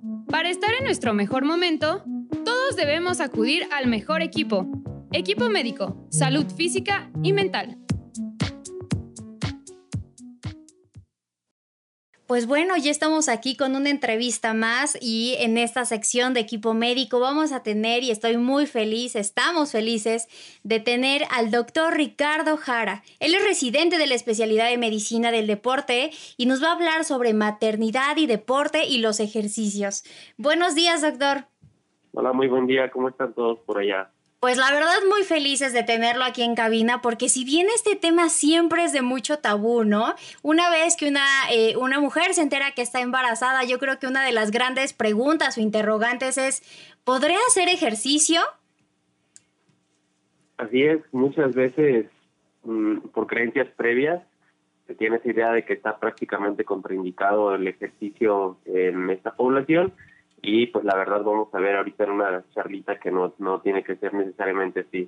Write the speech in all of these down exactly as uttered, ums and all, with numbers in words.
Para estar en nuestro mejor momento, todos debemos acudir al mejor equipo. Equipo médico, salud física y mental. Pues bueno, ya estamos aquí con una entrevista más y en esta sección de equipo médico vamos a tener, y estoy muy feliz, estamos felices de tener al doctor Ricardo Jara. Él es residente de la especialidad de medicina del deporte y nos va a hablar sobre maternidad y deporte y los ejercicios. Buenos días, doctor. Hola, muy buen día. ¿Cómo están todos por allá? Pues la verdad muy felices de tenerlo aquí en cabina, porque si bien este tema siempre es de mucho tabú, ¿no? Una vez que una, eh, una mujer se entera que está embarazada, yo creo que una de las grandes preguntas o interrogantes es, ¿podré hacer ejercicio? Así es, muchas veces mmm, por creencias previas se tiene esa idea de que está prácticamente contraindicado el ejercicio en esta población. Y pues la verdad vamos a ver ahorita en una charlita que no, no tiene que ser necesariamente así.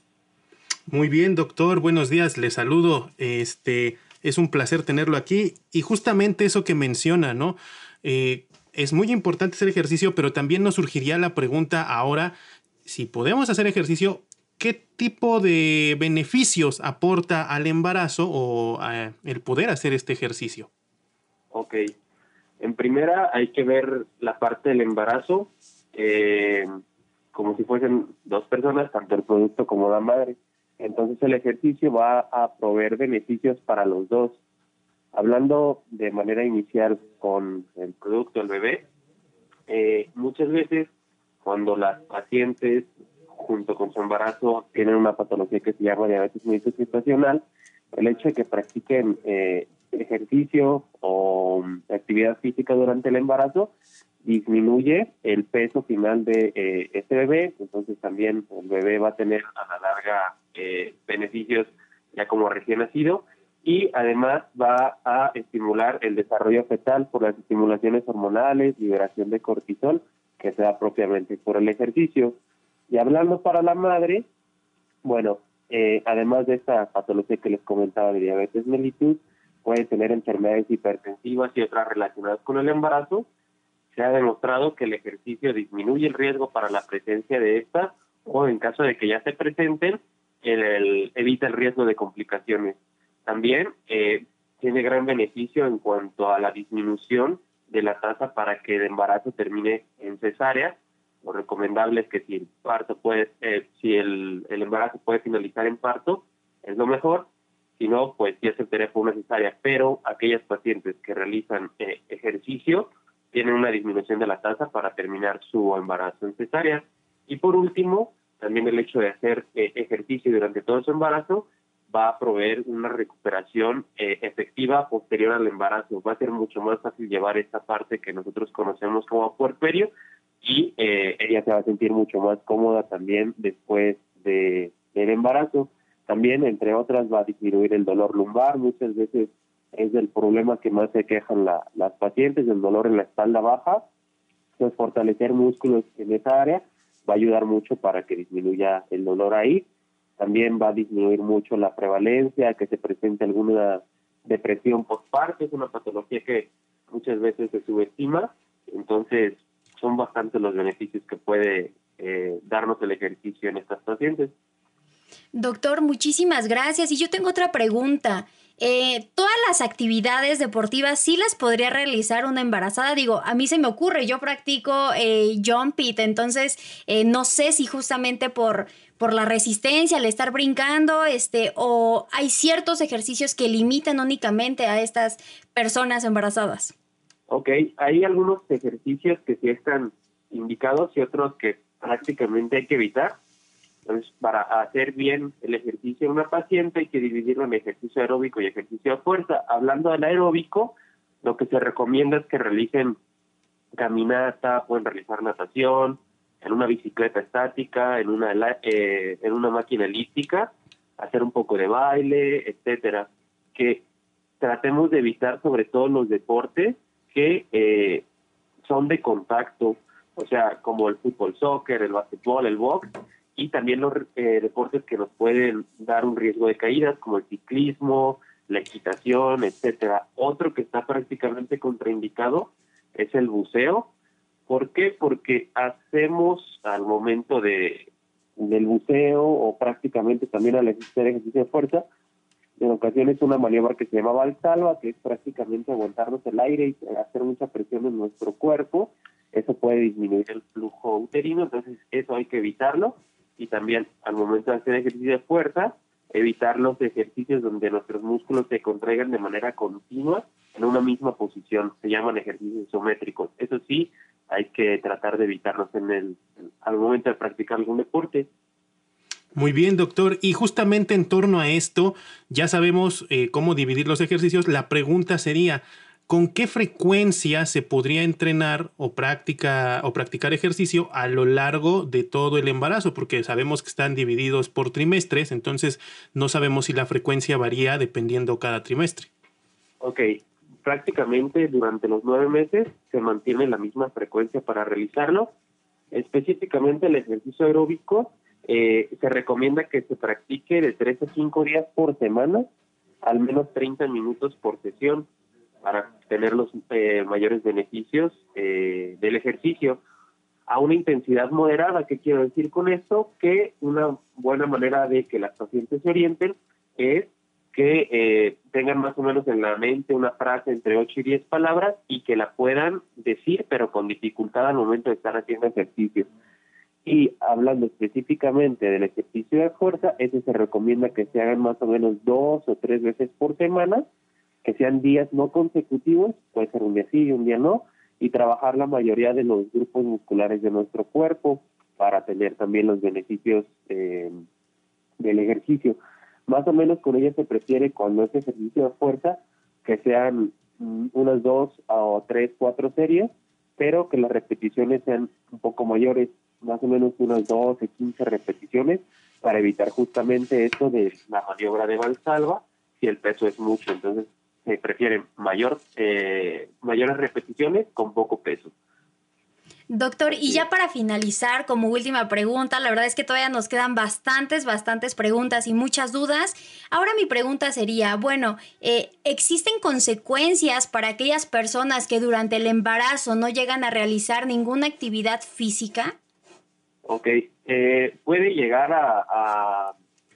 Muy bien, doctor, buenos días, le saludo. Este, es un placer tenerlo aquí. Y justamente eso que menciona, ¿no? Eh, es muy importante hacer ejercicio, pero también nos surgiría la pregunta ahora, si podemos hacer ejercicio, ¿qué tipo de beneficios aporta al embarazo o a el poder hacer este ejercicio? Ok. En primera hay que ver la parte del embarazo eh, como si fuesen dos personas, tanto el producto como la madre. Entonces el ejercicio va a proveer beneficios para los dos. Hablando de manera inicial con el producto, el bebé, eh, muchas veces cuando las pacientes junto con su embarazo tienen una patología que se llama diabetes mellitus gestacional, el hecho de que practiquen eh, ejercicio o actividad física durante el embarazo disminuye el peso final de eh, este bebé. Entonces también el bebé va a tener a la larga eh, beneficios ya como recién nacido, y además va a estimular el desarrollo fetal por las estimulaciones hormonales, liberación de cortisol que se da propiamente por el ejercicio. Y hablando para la madre, bueno, eh, además de esta patología que les comentaba de diabetes mellitus, puede tener enfermedades hipertensivas y otras relacionadas con el embarazo. Se ha demostrado que el ejercicio disminuye el riesgo para la presencia de estas, o en caso de que ya se presenten, el, el, evita el riesgo de complicaciones. También eh, tiene gran beneficio en cuanto a la disminución de la tasa para que el embarazo termine en cesárea. Lo recomendable es que si el parto puede, eh, si el, el embarazo puede finalizar en parto, es lo mejor. Si no, pues ya se optaría por una cesárea. Pero aquellas pacientes que realizan eh, ejercicio tienen una disminución de la tasa para terminar su embarazo en cesárea. Y por último, también el hecho de hacer eh, ejercicio durante todo su embarazo va a proveer una recuperación eh, efectiva posterior al embarazo. Va a ser mucho más fácil llevar esta parte que nosotros conocemos como puerperio, y eh, ella se va a sentir mucho más cómoda también después de, del embarazo. También, entre otras, va a disminuir el dolor lumbar. Muchas veces es el problema que más se quejan la, las pacientes, el dolor en la espalda baja. Entonces, fortalecer músculos en esa área va a ayudar mucho para que disminuya el dolor ahí. También va a disminuir mucho la prevalencia, que se presente alguna depresión postparto. Es una patología que muchas veces se subestima. Entonces, son bastantes los beneficios que puede eh, darnos el ejercicio en estas pacientes. Doctor, muchísimas gracias. Y yo tengo otra pregunta. Eh, ¿Todas las actividades deportivas sí las podría realizar una embarazada? Digo, a mí se me ocurre, yo practico eh, jump it, entonces eh, no sé si justamente por, por la resistencia al estar brincando, este, o hay ciertos ejercicios que limitan únicamente a estas personas embarazadas. Ok, hay algunos ejercicios que sí están indicados y otros que prácticamente hay que evitar. Entonces, para hacer bien el ejercicio en una paciente hay que dividirlo en ejercicio aeróbico y ejercicio de fuerza. Hablando del aeróbico, lo que se recomienda es que realicen caminata, pueden realizar natación, en una bicicleta estática, en una eh, en una máquina elíptica, hacer un poco de baile, etcétera. Que tratemos de evitar sobre todo los deportes que eh, son de contacto, o sea, como el fútbol, soccer, el básquetbol, el box, y también los eh, deportes que nos pueden dar un riesgo de caídas, como el ciclismo, la equitación, etcétera. Otro que está prácticamente contraindicado es el buceo, ¿Por qué? Porque hacemos al momento de del buceo o prácticamente también al hacer ejercicio de fuerza, en ocasiones una maniobra que se llama Valsalva, que es prácticamente aguantarnos el aire y hacer mucha presión en nuestro cuerpo. Eso puede disminuir el flujo uterino, entonces eso hay que evitarlo. Y también al momento de hacer ejercicio de fuerza, evitar los ejercicios donde nuestros músculos se contraigan de manera continua en una misma posición. Se llaman ejercicios isométricos. Eso sí, hay que tratar de evitarlos en el al momento de practicar algún deporte. Muy bien, doctor. Y justamente en torno a esto, ya sabemos eh, cómo dividir los ejercicios. La pregunta sería, ¿con qué frecuencia se podría entrenar o, práctica, o practicar ejercicio a lo largo de todo el embarazo? Porque sabemos que están divididos por trimestres, entonces no sabemos si la frecuencia varía dependiendo cada trimestre. Ok, prácticamente durante los nueve meses se mantiene la misma frecuencia para realizarlo. Específicamente el ejercicio aeróbico eh, se recomienda que se practique de tres a cinco días por semana, al menos treinta minutos por sesión, para tener los eh, mayores beneficios eh, del ejercicio a una intensidad moderada. ¿Qué quiero decir con esto? Que una buena manera de que las pacientes se orienten es que eh, tengan más o menos en la mente una frase entre ocho y diez palabras y que la puedan decir, pero con dificultad al momento de estar haciendo ejercicio. Y hablando específicamente del ejercicio de fuerza, ese se recomienda que se hagan más o menos dos o tres veces por semana, que sean días no consecutivos, puede ser un día sí y un día no, y trabajar la mayoría de los grupos musculares de nuestro cuerpo para tener también los beneficios eh, del ejercicio. Más o menos con ella se prefiere, cuando es ejercicio de fuerza, que sean mm, unas dos o tres, cuatro series, pero que las repeticiones sean un poco mayores, más o menos unas doce, quince repeticiones, para evitar justamente esto de la maniobra de Valsalva, si el peso es mucho. Entonces se prefieren mayor, eh, mayores repeticiones con poco peso. Doctor, y ya para finalizar, como última pregunta, la verdad es que todavía nos quedan bastantes, bastantes preguntas y muchas dudas. Ahora mi pregunta sería, bueno, eh, ¿existen consecuencias para aquellas personas que durante el embarazo no llegan a realizar ninguna actividad física? Ok, eh, puede llegar a, a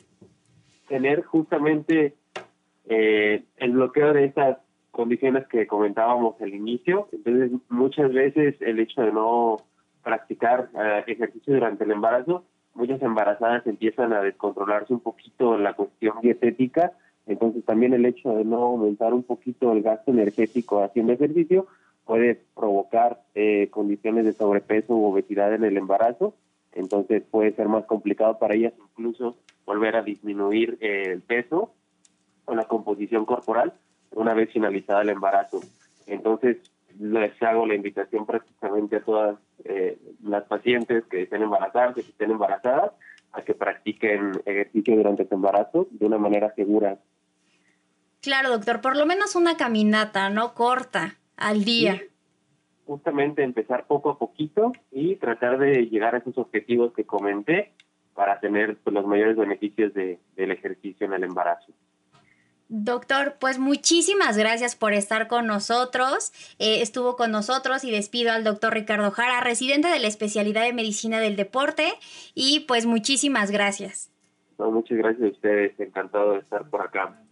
tener justamente eh, el bloqueo de estas condiciones que comentábamos al inicio. Entonces, muchas veces el hecho de no practicar uh, ejercicio durante el embarazo, muchas embarazadas empiezan a descontrolarse un poquito la cuestión dietética. Entonces, también el hecho de no aumentar un poquito el gasto energético haciendo ejercicio puede provocar eh, condiciones de sobrepeso u obesidad en el embarazo. Entonces, puede ser más complicado para ellas incluso volver a disminuir eh, el peso o la composición corporal una vez finalizada el embarazo. Entonces, les hago la invitación prácticamente a todas eh, las pacientes que estén embarazadas, que estén embarazadas, a que practiquen ejercicio durante su embarazo de una manera segura. Claro, doctor, por lo menos una caminata, ¿no? Corta, al día. Y justamente empezar poco a poquito y tratar de llegar a esos objetivos que comenté para tener pues, los mayores beneficios de, del ejercicio en el embarazo. Doctor, pues muchísimas gracias por estar con nosotros. Eh, estuvo con nosotros y despido al doctor Ricardo Jara, residente de la especialidad de Medicina del Deporte, y pues muchísimas gracias. No, muchas gracias a ustedes, encantado de estar por acá.